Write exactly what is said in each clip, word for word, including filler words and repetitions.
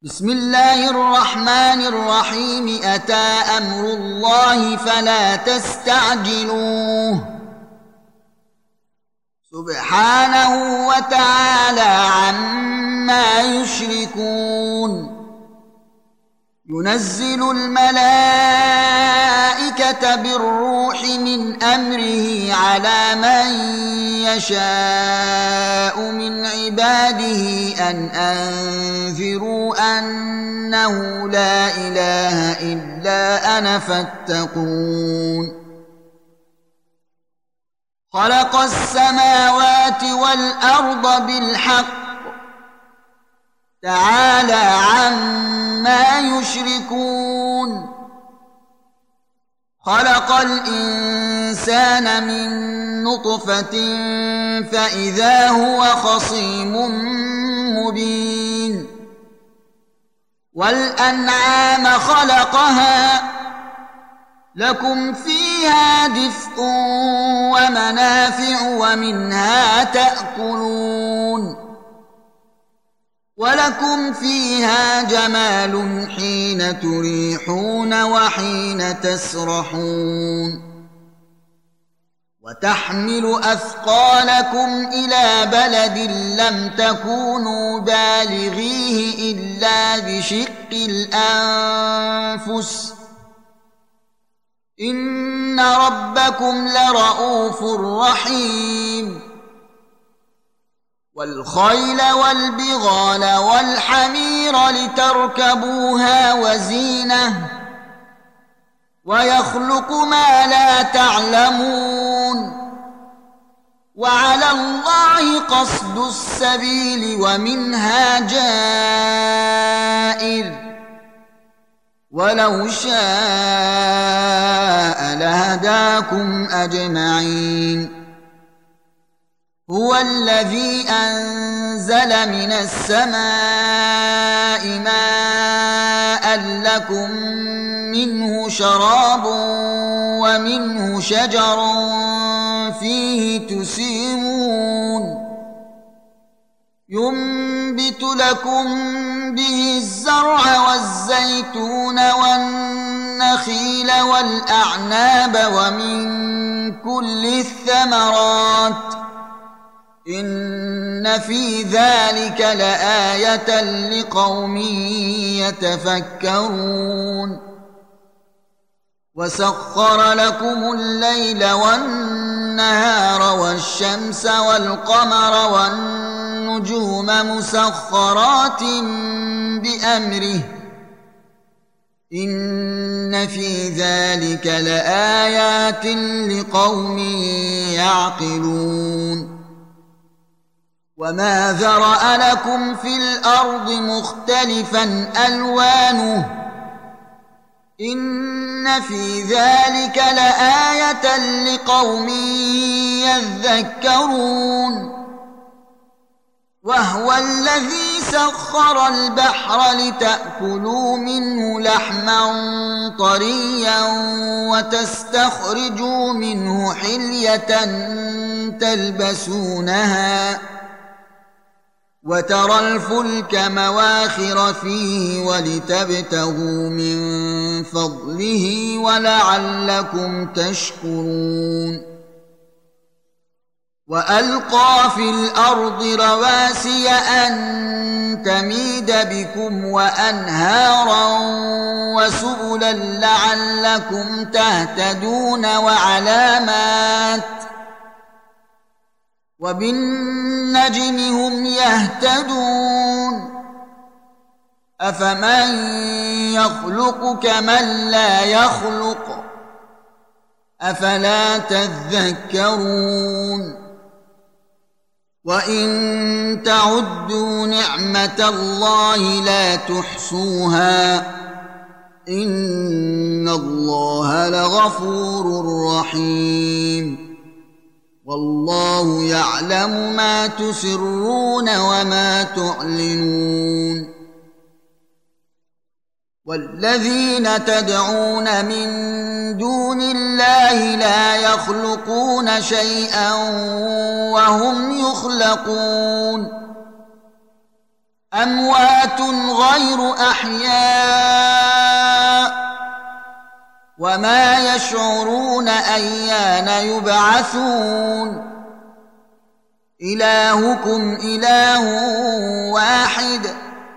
بسم الله الرحمن الرحيم. أتى أمر الله فلا تستعجلوه سبحانه وتعالى عما يشركون. ينزل الملائكة بالروح من أمره على من يشاء من عباده أن أنذروا أنه لا إله إلا أنا فاتقون. خلق السماوات والأرض بالحق تعالى عما يشركون. خلق الإنسان من نطفة فإذا هو خصيم مبين. والأنعام خلقها لكم فيها دفء ومنافع ومنها تأكلون ولكم فيها جمال حين تريحون وحين تسرحون. وتحمل أثقالكم إلى بلد لم تكونوا بالغيه إلا بشق الأنفس إن ربكم لرؤوف رحيم. والخيل والبغال والحمير لتركبوها وزينة ويخلق ما لا تعلمون. وعلى الله قصد السبيل ومنها جائر ولو شاء لهداكم أجمعين. هو الذي أنزل من السماء ماء لكم منه شراب ومنه شجر فيه تسيمون. ينبت لكم به الزرع والزيتون والنخيل والأعناب ومن كل الثمرات إن في ذلك لآية لقوم يتفكرون. وسخر لكم الليل والنهار والشمس والقمر والنجوم مسخرات بأمره إن في ذلك لآيات لقوم يعقلون. وما ذرأ لكم في الأرض مختلفا ألوانه إن في ذلك لآية لقوم يذكرون. وهو الذي سخر البحر لتأكلوا منه لحما طريا وتستخرجوا منه حلية تلبسونها وترى الفلك مواخر فيه ولتبتغوا من فضله ولعلكم تشكرون. وألقى في الأرض رواسي أن تميد بكم وأنهارا وسبلا لعلكم تهتدون وعلامات وبالنجم هم يهتدون. أفمن يخلق كمن لا يخلق أفلا تذكرون. وإن تعدوا نعمة الله لا تحصوها إن الله لغفور رحيم. والله يعلم ما تسرون وما تعلنون. والذين تدعون من دون الله لا يخلقون شيئا وهم يخلقون أموات غير أحياء وما يشعرون أيان يبعثون إلهكم إله واحد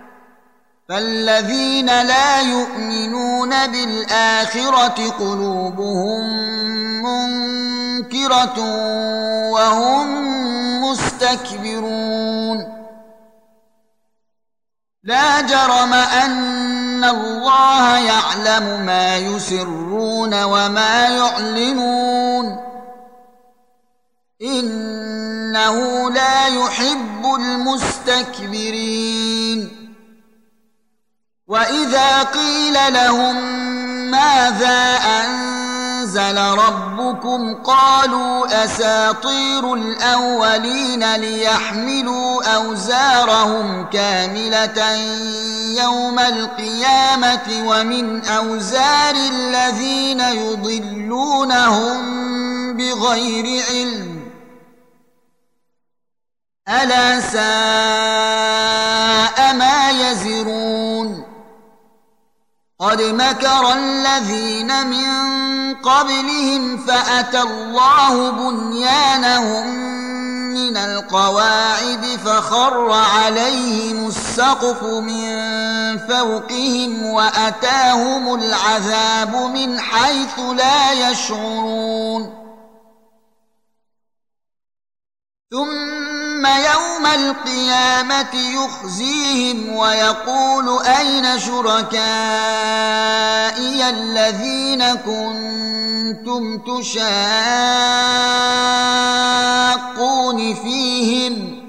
فالذين لا يؤمنون بالآخرة قلوبهم منكرة وهم مستكبرون لا جرم أن الله يعلم ما يسرون وما يعلنون إنه لا يحب المستكبرين وإذا قيل لهم ماذا أنزل ربكم قالوا أساطير الأولين ليحملوا أوزارهم كاملة يوم القيامة ومن أوزار الذين يضلونهم بغير علم ألا ساء ما يزرون قد مكر الذين من قبلهم فأتى الله بنيانهم من القواعد فخر عليهم السقف من فوقهم وأتاهم العذاب من حيث لا يشعرون ثم يوم القيامة يخزيهم ويقول أين شركائي الذين كنتم تشاقون فيهم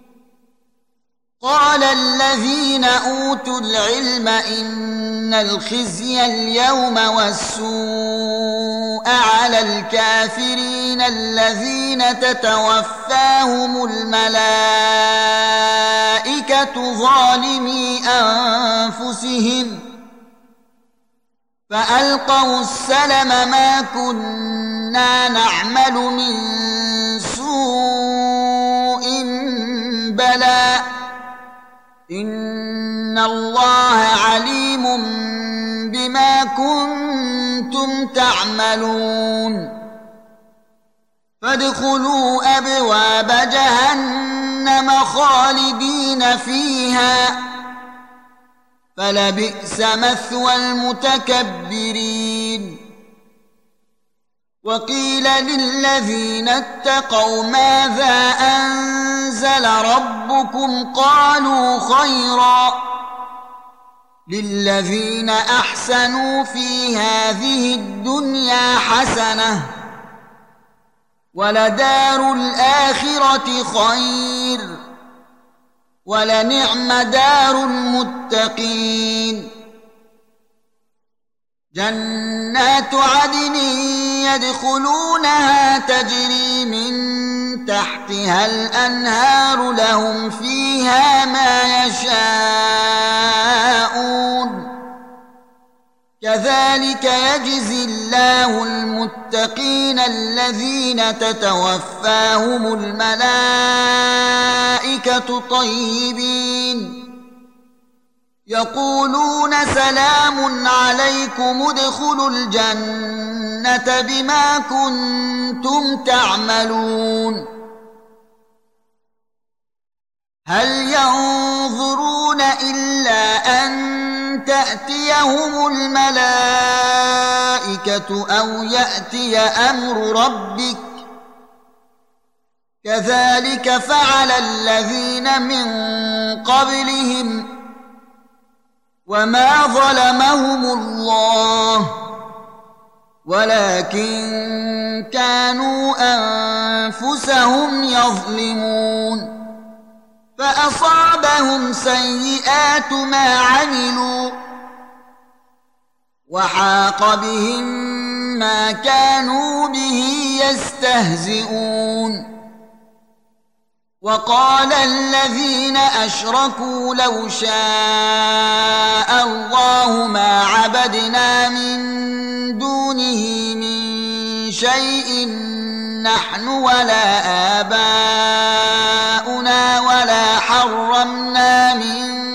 قال الذين أوتوا العلم إن الخزي اليوم والسوء على الكافرين الذين تتوفاهم الملائكة ظالمي أنفسهم فألقوا السلم ما كنا نعمل من سوء بلى إن الله عليم بما كنتم تعملون فادخلوا أبواب جهنم خالدين فيها فلبئس مثوى المتكبرين وقيل للذين اتقوا ماذا أنزل ربكم قالوا خيرا للذين أحسنوا في هذه الدنيا حسنة ولدار الآخرة خير ولنعم دار المتقين جنات عدن يدخلونها تجري من تحتها الأنهار لهم فيها ما يشاءون كذلك يجزي الله المتقين الذين تتوفاهم الملائكة طيبين يقولون سلام عليكم ادخلوا الجنة بما كنتم تعملون هل ينظرون إلا أن تأتيهم الملائكة أو يأتي أمر ربك كذلك فعل الذين من قبلهم وما ظلمهم الله ولكن كانوا أنفسهم يظلمون فأصابهم سيئات ما عملوا وحاق بهم ما كانوا به يستهزئون وقال الذين أشركوا لو شاء الله ما عبدنا من دونه من شيء نحن ولا آباؤنا ولا حرمنا من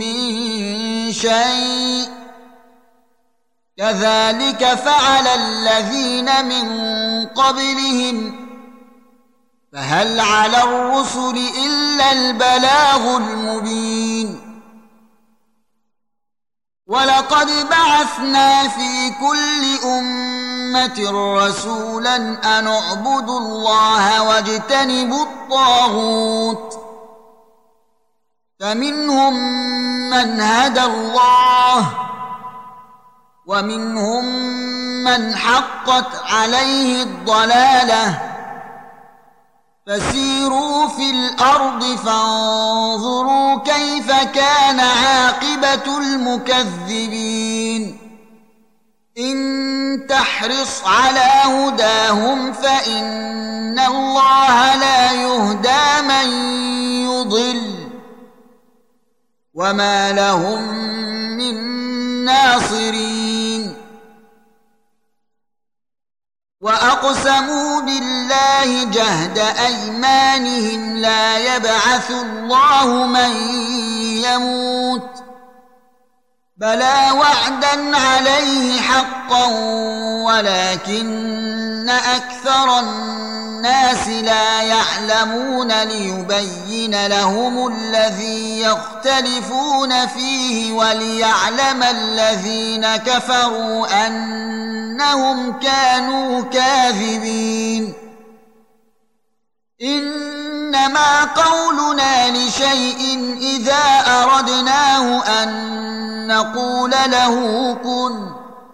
من شيء كذلك فعل الذين من قبلهم فهل على الرسل إلا البلاغ المبين ولقد بعثنا في كل أمة رسولا أن اعبدوا الله واجتنبوا الطاغوت فمنهم من هدى الله ومنهم من حقت عليه الضلالة فسيروا في الأرض فانظروا كيف كان عاقبة المكذبين إن تحرص على هداهم فإن الله لا يهدى من يضل وما لهم من ناصرين وأقسموا بالله جهد أيمانهم لا يبعث الله من يموت بلى وعدا عليه حقا ولكن أكثر الناس لا يعلمون ليبين لهم الذي يختلفون فيه وليعلم الذين كفروا أنهم كانوا كاذبين إنما قولنا لشيء إذا أردناه أن نقول له كن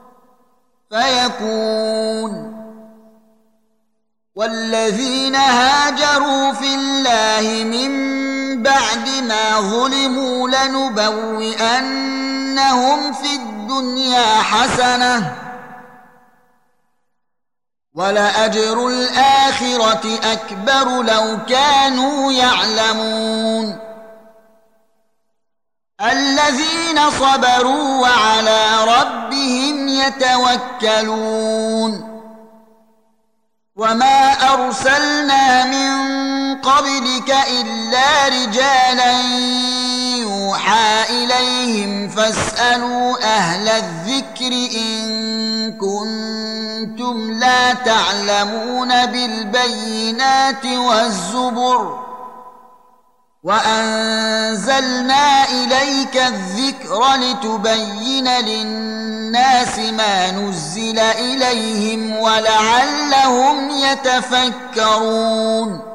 فيكون والذين هاجروا في الله من بعد ما ظلموا لنبوئنهم في الدنيا حسنة ولأجر الآخرة أكبر لو كانوا يعلمون الذين صبروا وعلى ربهم يتوكلون وما أرسلنا من قبلك إلا رجالا يوحى إليهم فاسألوا أهل الذكر إن كنتم لا تعلمون بالبينات والزبر وأنزلنا إليك الذكر لتبين للناس ما نزل إليهم ولعلهم يتفكرون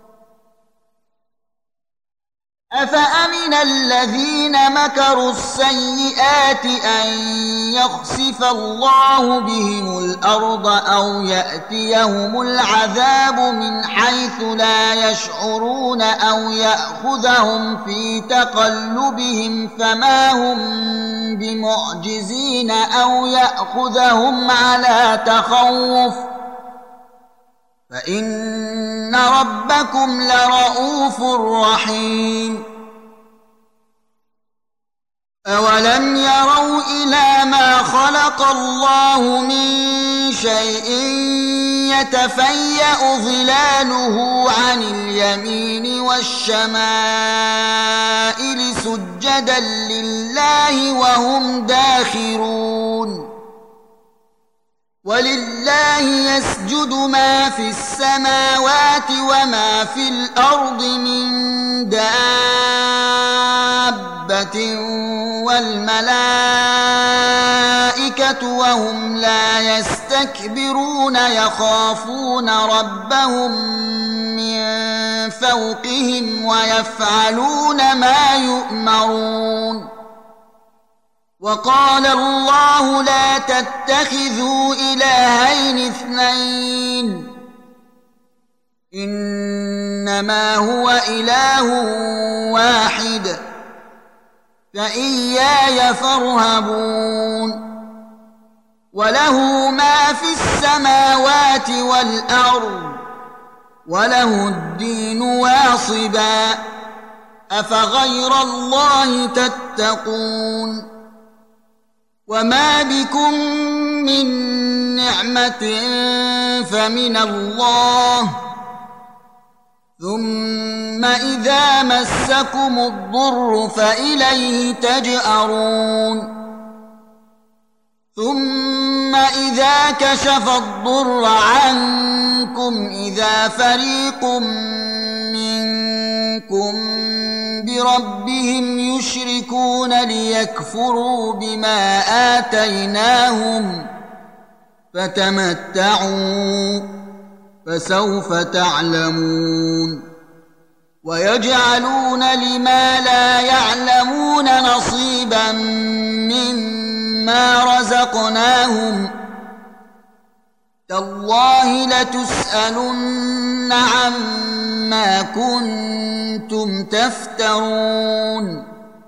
أفأمن الذين مكروا السيئات أن يخسف الله بهم الأرض أو يأتيهم العذاب من حيث لا يشعرون أو يأخذهم في تقلبهم فما هم بمعجزين أو يأخذهم على تخوف فإن ربكم لرؤوف رحيم أولم يروا إلى ما خلق الله من شيء يتفيأ ظلاله عن اليمين والشمائل سجدا لله وهم داخرون ولله يسجد ما في السماوات وما في الأرض من دابة والملائكة وهم لا يستكبرون يخافون ربهم من فوقهم ويفعلون ما يؤمرون وقال الله لا تتخذوا إلهين اثنين إنما هو إله واحد فإياي فارهبون وله ما في السماوات والأرض وله الدين واصبا أفغير الله تتقون وما بكم من نعمة فمن الله ثم إذا مسكم الضر فإليه تجأرون ثم إذا كشف الضر عنكم إذا فريق منكم بربهم يشركون ليكفروا بما آتيناهم فتمتعوا فسوف تعلمون ويجعلون لما لا يعلمون نصيبا مما رزقناهم تالله لتسألن عما كنتم تفترون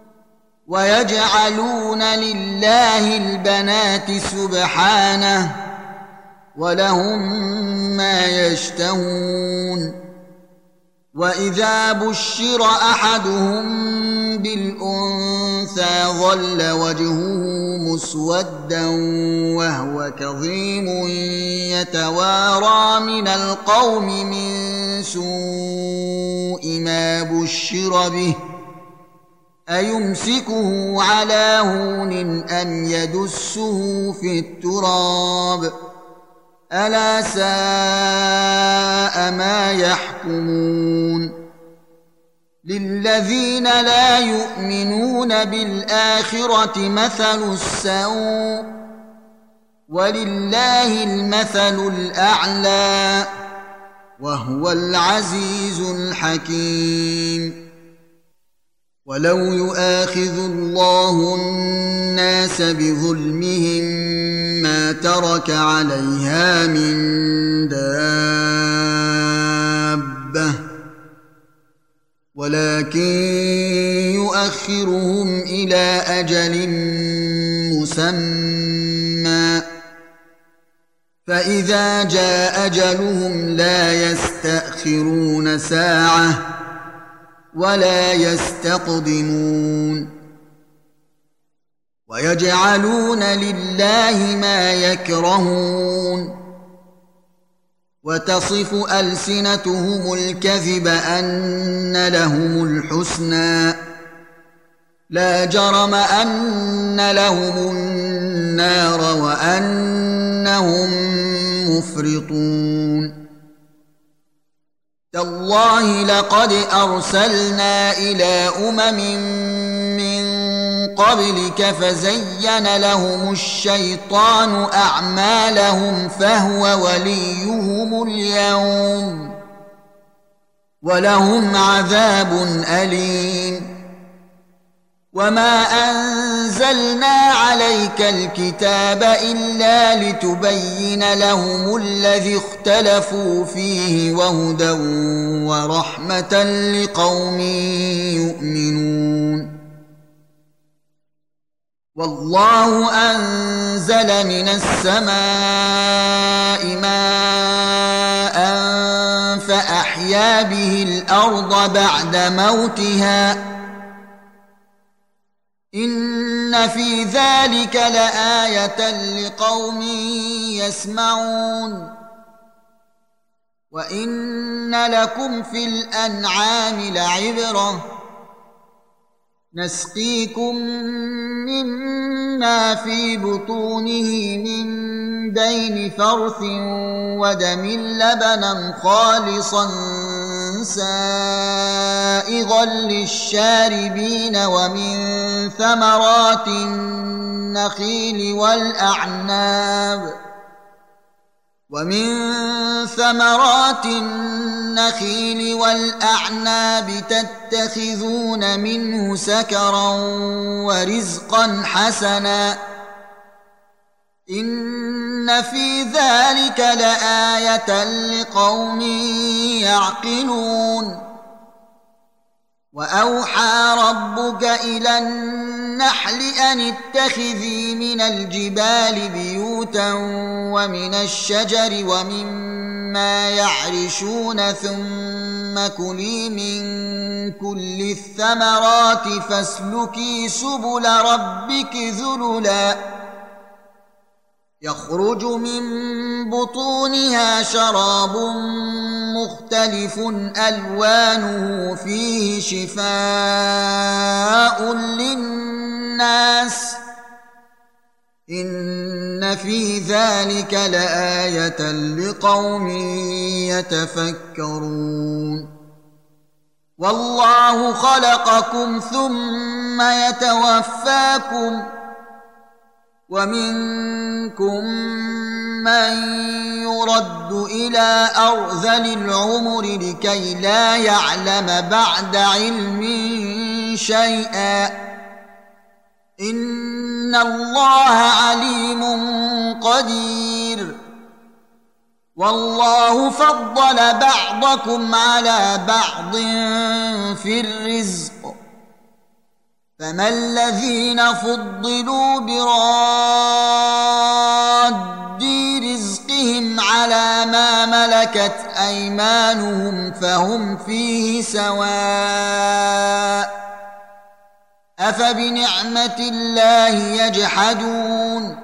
ويجعلون لله البنات سبحانه ولهم ما يشتهون وإذا بشر أحدهم بالأنثى ظل وجهه مسودا وهو كظيم يتوارى من القوم من سوء ما بشر به أيمسكه على هون أم يدسه في التراب ألا ساء ما يحكمون للذين لا يؤمنون بالآخرة مثل السوء ولله المثل الأعلى وهو العزيز الحكيم ولو يؤاخذ الله الناس بظلمهم ما ترك عليها من دابة ولكن يؤخرهم إلى أجل مسمى فإذا جاء أجلهم لا يستأخرون ساعة ولا يستقدمون ويجعلون لله ما يكرهون وتصف ألسنتهم الكذب أن لهم الحسنى لا جرم أن لهم النار وأنهم مفرطون تالله لقد أرسلنا إلى أمم من قبلك فزين لهم الشيطان أعمالهم فهو وليهم اليوم ولهم عذاب أليم وما أنزلنا عليك الكتاب إلا لتبين لهم الذي اختلفوا فيه وهدى ورحمة لقوم يؤمنون والله أنزل من السماء ماء فأحيا به الأرض بعد موتها إن في ذلك لآية لقوم يسمعون وإن لكم في الأنعام لعبرة نسقيكم مما في بطونه من بين فرث ودم لبنا خالصا سائغا للشاربين ومن ثمرات النخيل والأعناب ومن ثمرات النخيل والأعناب تتخذون منه سكرا ورزقا حسنا إن في ذلك لآية لقوم يعقلون وأوحى ربك إلى النحل أن اتخذي من الجبال بيوتا ومن الشجر ومما يعرشون ثم كلي من كل الثمرات فاسلكي سبل ربك ذللا يخرج من بطونها شراب مختلف ألوانه فيه شفاء للناس إن في ذلك لآية لقوم يتفكرون والله خلقكم ثم يتوفاكم ومنكم من يرد إلى أرذل العمر لكي لا يعلم بعد علم شيئا إن الله عليم قدير والله فضل بعضكم على بعض في الرزق فما الذين فضلوا براد رزقهم على ما ملكت أيمانهم فهم فيه سواء أفبنعمة الله يجحدون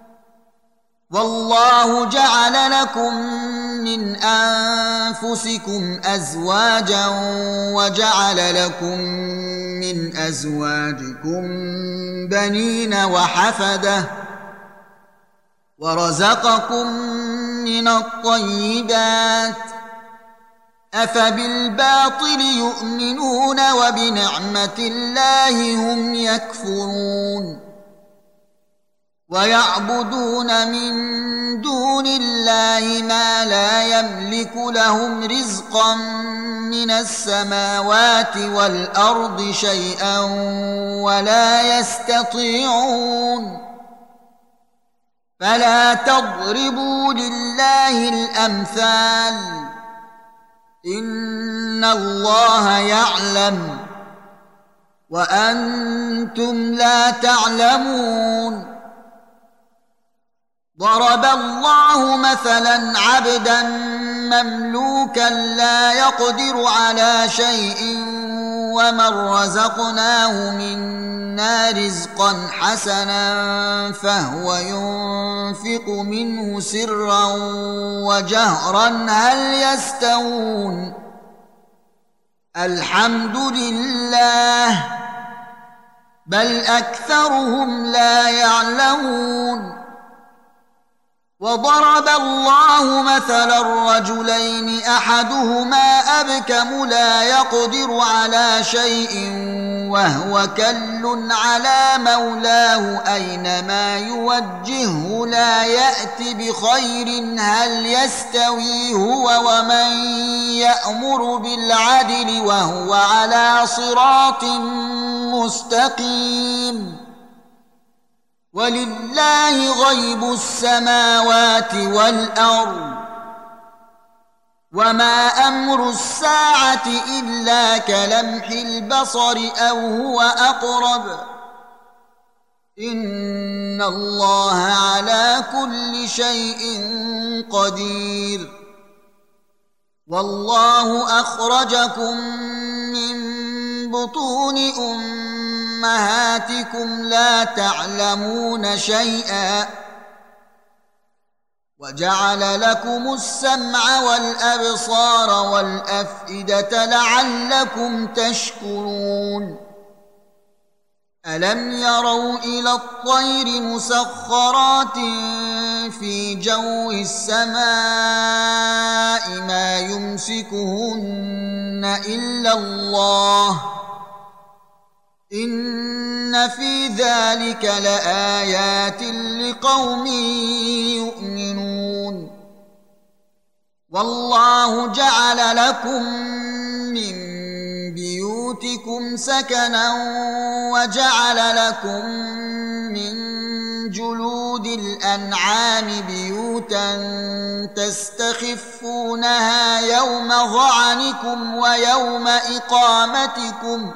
والله جعل لكم من أنفسكم أزواجا وجعل لكم من أزواجكم بنين وحفدة ورزقكم من الطيبات أفبالباطل يؤمنون وبنعمة الله هم يكفرون ويعبدون من دون الله ما لا يملك لهم رزقا من السماوات والأرض شيئا ولا يستطيعون فلا تضربوا لله الأمثال إن الله يعلم وأنتم لا تعلمون ضرب الله مثلا عبدا مملوكا لا يقدر على شيء ومن رزقناه منا رزقا حسنا فهو ينفق منه سرا وجهرا هل يستوون الحمد لله بل أكثرهم لا يعلمون وضرب الله مثلا رجلين أحدهما أبكم لا يقدر على شيء وهو كل على مولاه أينما يوجهه لا يأت بخير هل يستوي هو ومن يأمر بالعدل وهو على صراط مستقيم ولله غيب السماوات والأرض وما أمر الساعة إلا كلمح البصر أو هو أقرب إن الله على كل شيء قدير والله أخرجكم من بطون أمهاتكم لا تعلمون شيئا وجعل لكم السمع والأبصار والأفئدة لعلكم تشكرون ألم يروا إلى الطير مسخرات في جو السماء ما يمسكهن إلا الله إن في ذلك لآيات لقوم يؤمنون والله جعل لكم من بيوتكم سكنا وجعل لكم من جلود الأنعام بيوتا تستخفونها يوم ظعنكم ويوم إقامتكم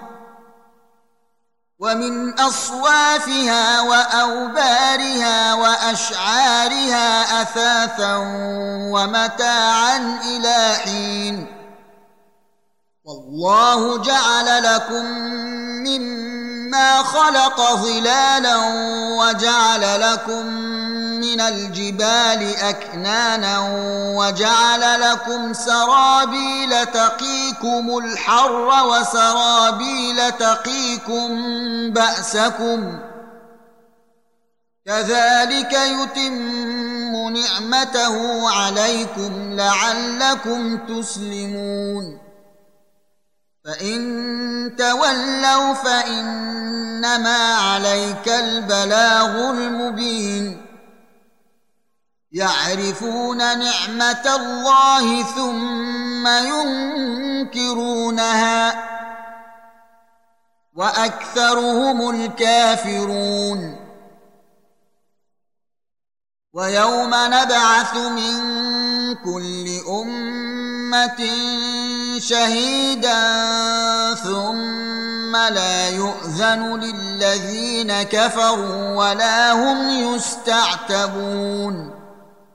ومن أصوافها وأوبارها وأشعارها أثاثا ومتاعا إلى حين والله جعل لكم مما ما خلق ظلالا وجعل لكم من الجبال أكنانا وجعل لكم سرابيل تقيكم الحر وسرابيل تقيكم بأسكم كذلك يتم نعمته عليكم لعلكم تسلمون فإن تولوا فإنما عليك البلاغ المبين يعرفون نعمة الله ثم ينكرونها وأكثرهم الكافرون ويوم نبعث من كل أمة شهيدا ثم لا يؤذن للذين كفروا ولا هم يستعتبون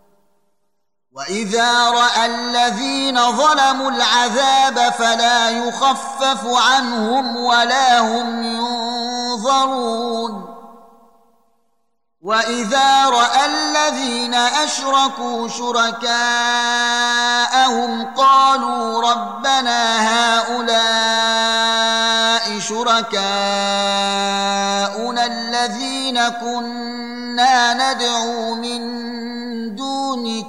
وإذا رأى الذين ظلموا العذاب فلا يخفف عنهم ولا هم ينظرون وإذا رأى الذين أشركوا شركاءهم قالوا ربنا هؤلاء شركاؤنا الذين كنا ندعو من دونك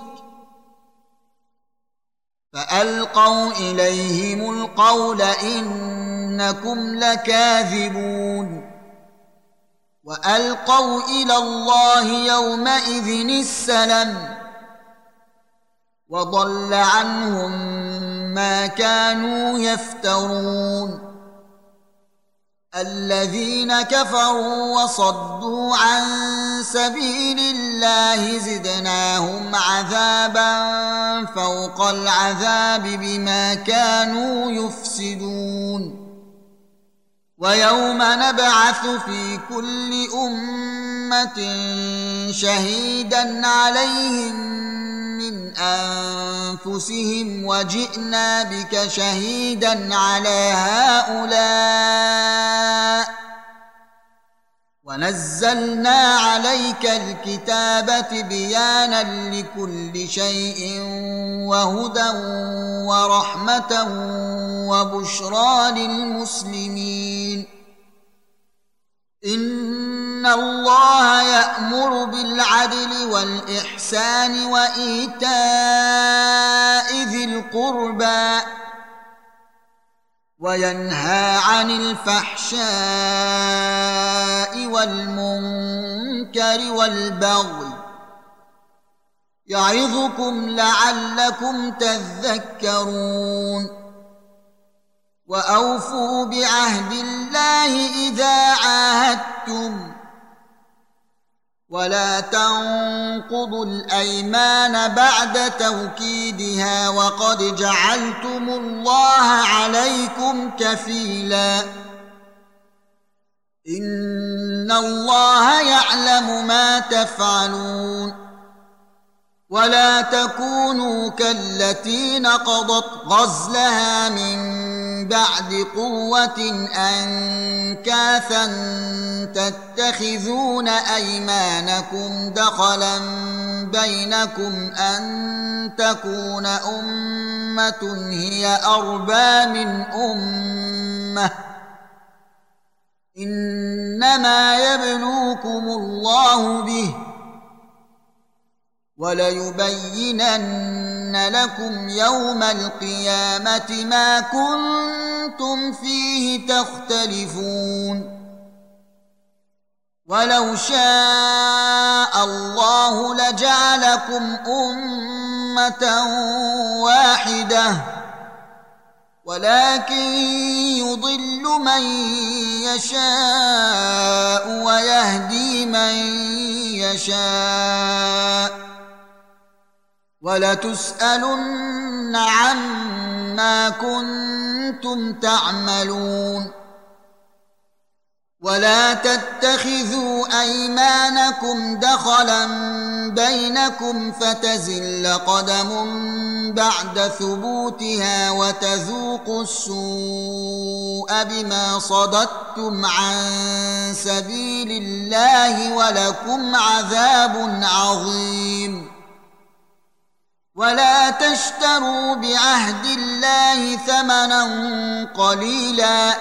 فألقوا إليهم القول إنكم لكاذبون وألقوا إلى الله يومئذ السلم وضل عنهم ما كانوا يفترون الذين كفروا وصدوا عن سبيل الله زدناهم عذابا فوق العذاب بما كانوا يفسدون ويوم نبعث في كل أمة شهيدا عليهم من أنفسهم وجئنا بك شهيدا على هؤلاء ونزلنا عليك الكتاب بيانا لكل شيء وهدى ورحمة وبشرى للمسلمين إن الله يأمر بالعدل والإحسان وإيتاء ذي القربى وينهى عن الفحشاء والمنكر والبغي يعظكم لعلكم تذكرون وأوفوا بعهد الله إذا عاهدتم ولا تنقضوا الأيمان بعد توكيدها وقد جعلتم الله عليكم كفيلا إن الله يعلم ما تفعلون ولا تكونوا كالتي نقضت غزلها من بعد قوة أنكاثا تتخذون أيمانكم دخلا بينكم أن تكون أمة هي أربى من أمة إنما يبلوكم الله به وليبينن لكم يوم القيامة ما كنتم فيه تختلفون ولو شاء الله لجعلكم أمة واحدة ولكن يضل من يشاء ويهدي من يشاء ولتسألن عما كنتم تعملون ولا تتخذوا أيمانكم دخلا بينكم فتزل قدم بعد ثبوتها وتذوقوا السوء بما صددتم عن سبيل الله ولكم عذاب عظيم. ولا تشتروا بعهد الله ثمنا قليلا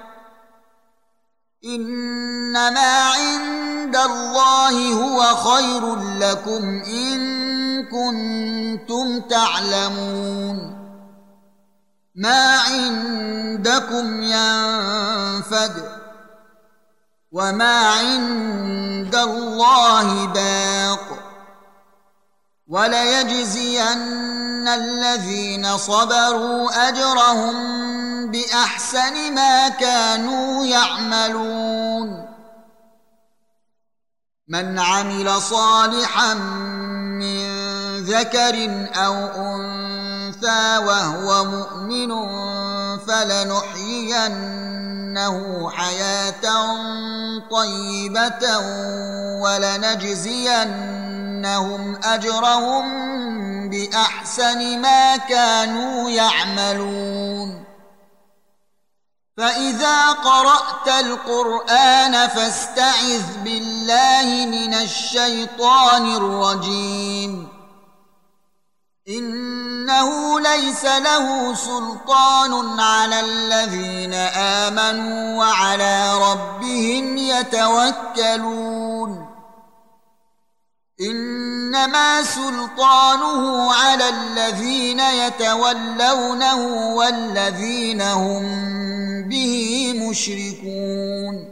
إنما عند الله هو خير لكم إن كنتم تعلمون. ما عندكم ينفد وما عند الله باق وليجزين الذين صبروا أجرهم بأحسن ما كانوا يعملون. من عمل صالحا من ذكر أو أنثى وهو مؤمن فلنحيينه حياة طيبة ولنجزينهم أجرهم بأحسن ما كانوا يعملون. فإذا قرأت القرآن فاستعذ بالله من الشيطان الرجيم. إنه ليس له سلطان على الذين آمنوا وعلى ربهم يتوكلون. إنما سلطانه على الذين يتولونه والذين هم به مشركون.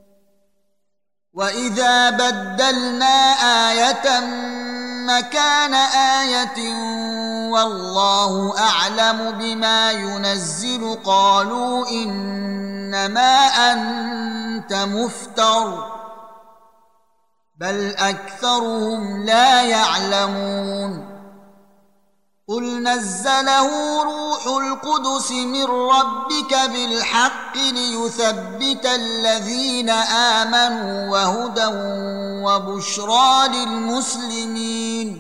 وإذا بدلنا آية مكان آية والله أعلم بما ينزل قالوا إنما أنت مفتر بل أكثرهم لا يعلمون. قل نزله روح القدس من ربك بالحق ليثبت الذين آمنوا وهدى وبشرى للمسلمين.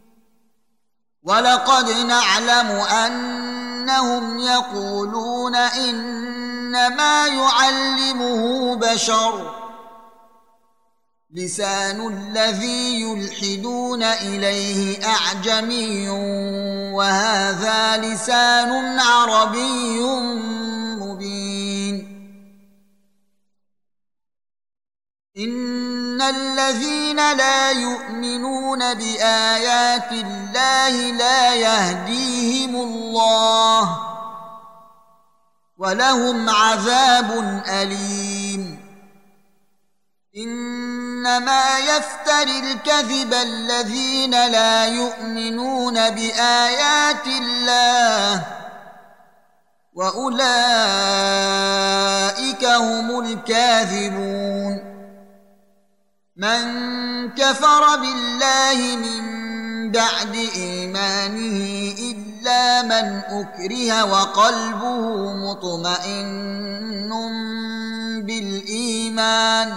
ولقد نعلم أنهم يقولون إنما يعلمه بشر لسان الذي يلحدون إليه أعجمي وهذا لسان عربي مبين. إن الذين لا يؤمنون بآيات الله لا يهديهم الله ولهم عذاب أليم. إنما يفتري الكذب الذين لا يؤمنون بآيات الله وأولئك هم الكاذبون. من كفر بالله من بعد إيمانه إلا من أكره وقلبه مطمئن بالإيمان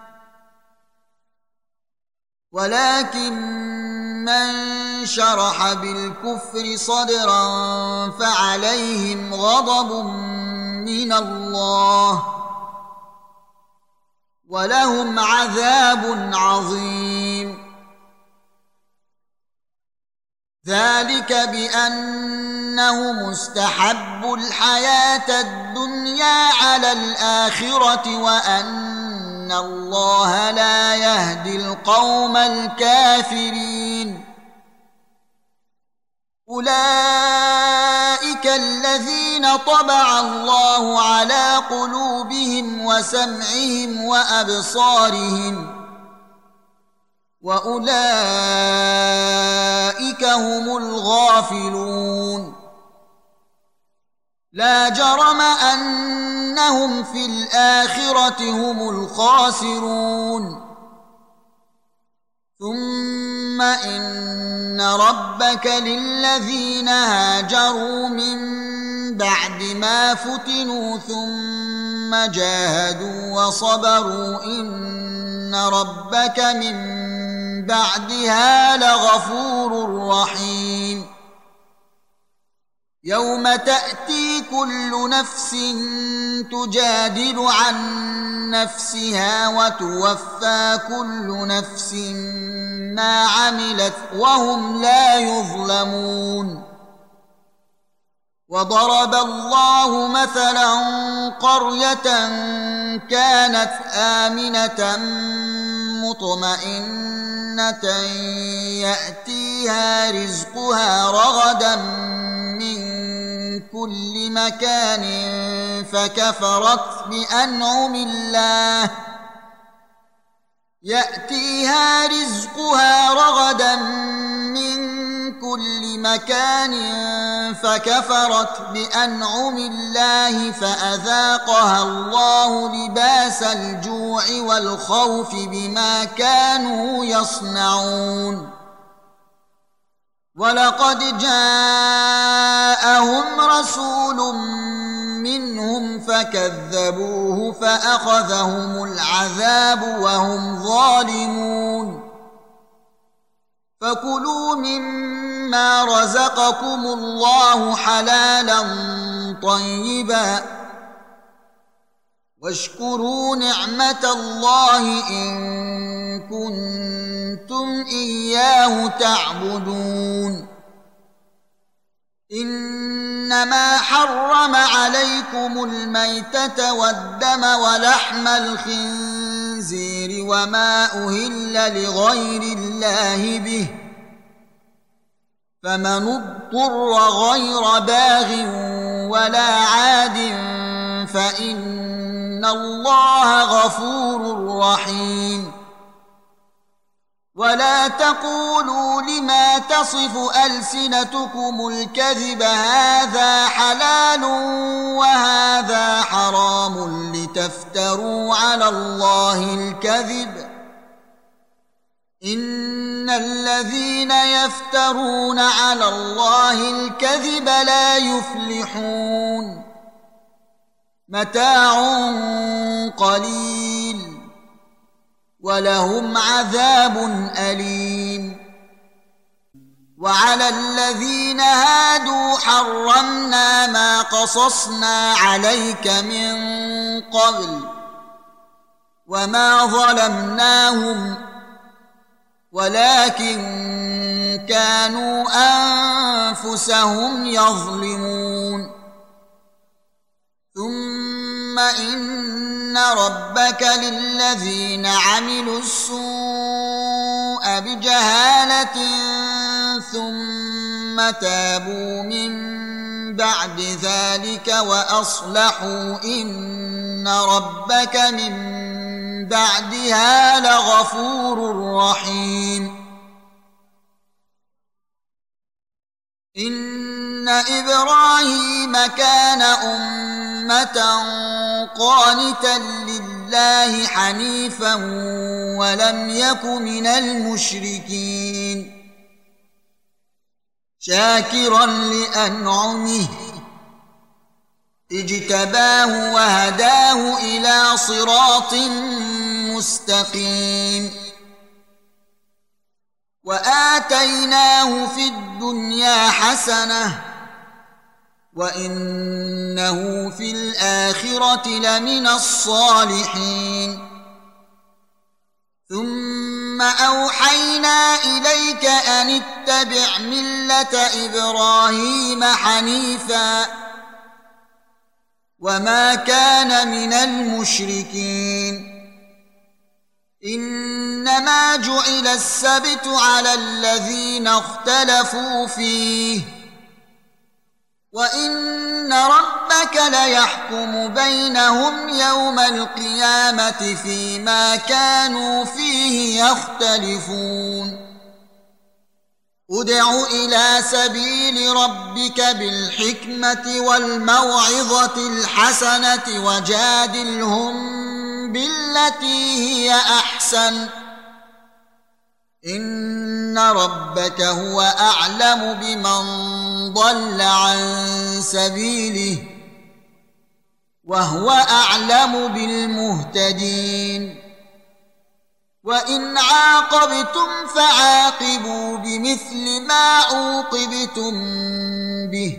ولكن من شرح بالكفر صدرا فعليهم غضب من الله ولهم عذاب عظيم. ذلك بأنه مستحب الحياة الدنيا على الآخرة وأن الله لا يهدي القوم الكافرين. أولئك الذين طبع الله على قلوبهم وسمعهم وأبصارهم وأولئك هم الغافلون. لا جرم أنهم في الآخرة هم الخاسرون. ثم إن ربك للذين هاجروا من بعد ما فتنوا ثم ثم جاهدوا وصبروا إن ربك من بعدها لغفور رحيم يوم تأتي كل نفس تجادل عن نفسها وتوفى كل نفس ما عملت وهم لا يظلمون وضرب الله مثلا قرية كانت آمنة مطمئنة يأتيها رزقها رغدا من كل مكان فكفرت بأنعم الله يأتيها رزقها رغدا من كل مكان فكفرت بأنعم الله فأذاقها الله لباس الجوع والخوف بما كانوا يصنعون ولقد جاءهم رسول منهم فكذبوه فأخذهم العذاب وهم ظالمون فكلوا مما رزقكم الله حلالا طيبا واشكروا نعمة الله إن كنتم إياه تعبدون إنما حرم عليكم الميتة والدم ولحم الخنزير وما أهل لغير الله به فمن اضطر غير باغ ولا عاد فإن الله غفور رحيم ولا تقولوا لما تصف ألسنتكم الكذب هذا حلال وهذا حرام لتفتروا على الله الكذب إن الذين يفترون على الله الكذب لا يفلحون متاع قليل ولهم عذاب أليم وعلى الذين هادوا حرمنا ما قصصنا عليك من قبل وما ظلمناهم ولكن كانوا أنفسهم يظلمون ثم إن ربك للذين عملوا السوء بجهالة ثم تابوا من بعد ذلك وأصلحوا إن ربك من بعدها لغفور رحيم إن إبراهيم كان أمة قانتا لله حنيفا ولم يك من المشركين شاكرا لأنعمه اجتباه وهداه إلى صراط مستقيم وآتيناه في الدنيا حسنة وإنه في الآخرة لمن الصالحين ثم أوحينا إليك أن اتبع ملة إبراهيم حنيفا وما كان من المشركين إنما جعل السبت على الذين اختلفوا فيه وإن ربك ليحكم بينهم يوم القيامة فيما كانوا فيه يختلفون ادع إلى سبيل ربك بالحكمة والموعظة الحسنة وجادلهم بالتي هي أحسن إن ربك هو أعلم بمن ضل عن سبيله وهو أعلم بالمهتدين وإن عاقبتم فعاقبوا بمثل ما عوقبتم به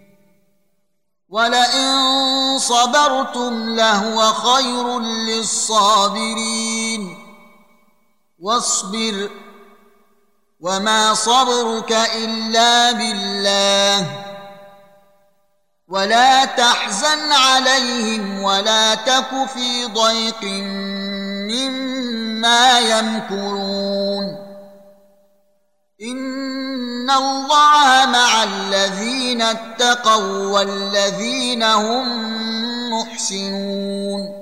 ولئن صبرتم لهو خير للصابرين واصبر وما صبرك إلا بالله ولا تحزن عليهم ولا تك في ضيق مما يمكرون إن الله مع الذين اتقوا والذين هم محسنون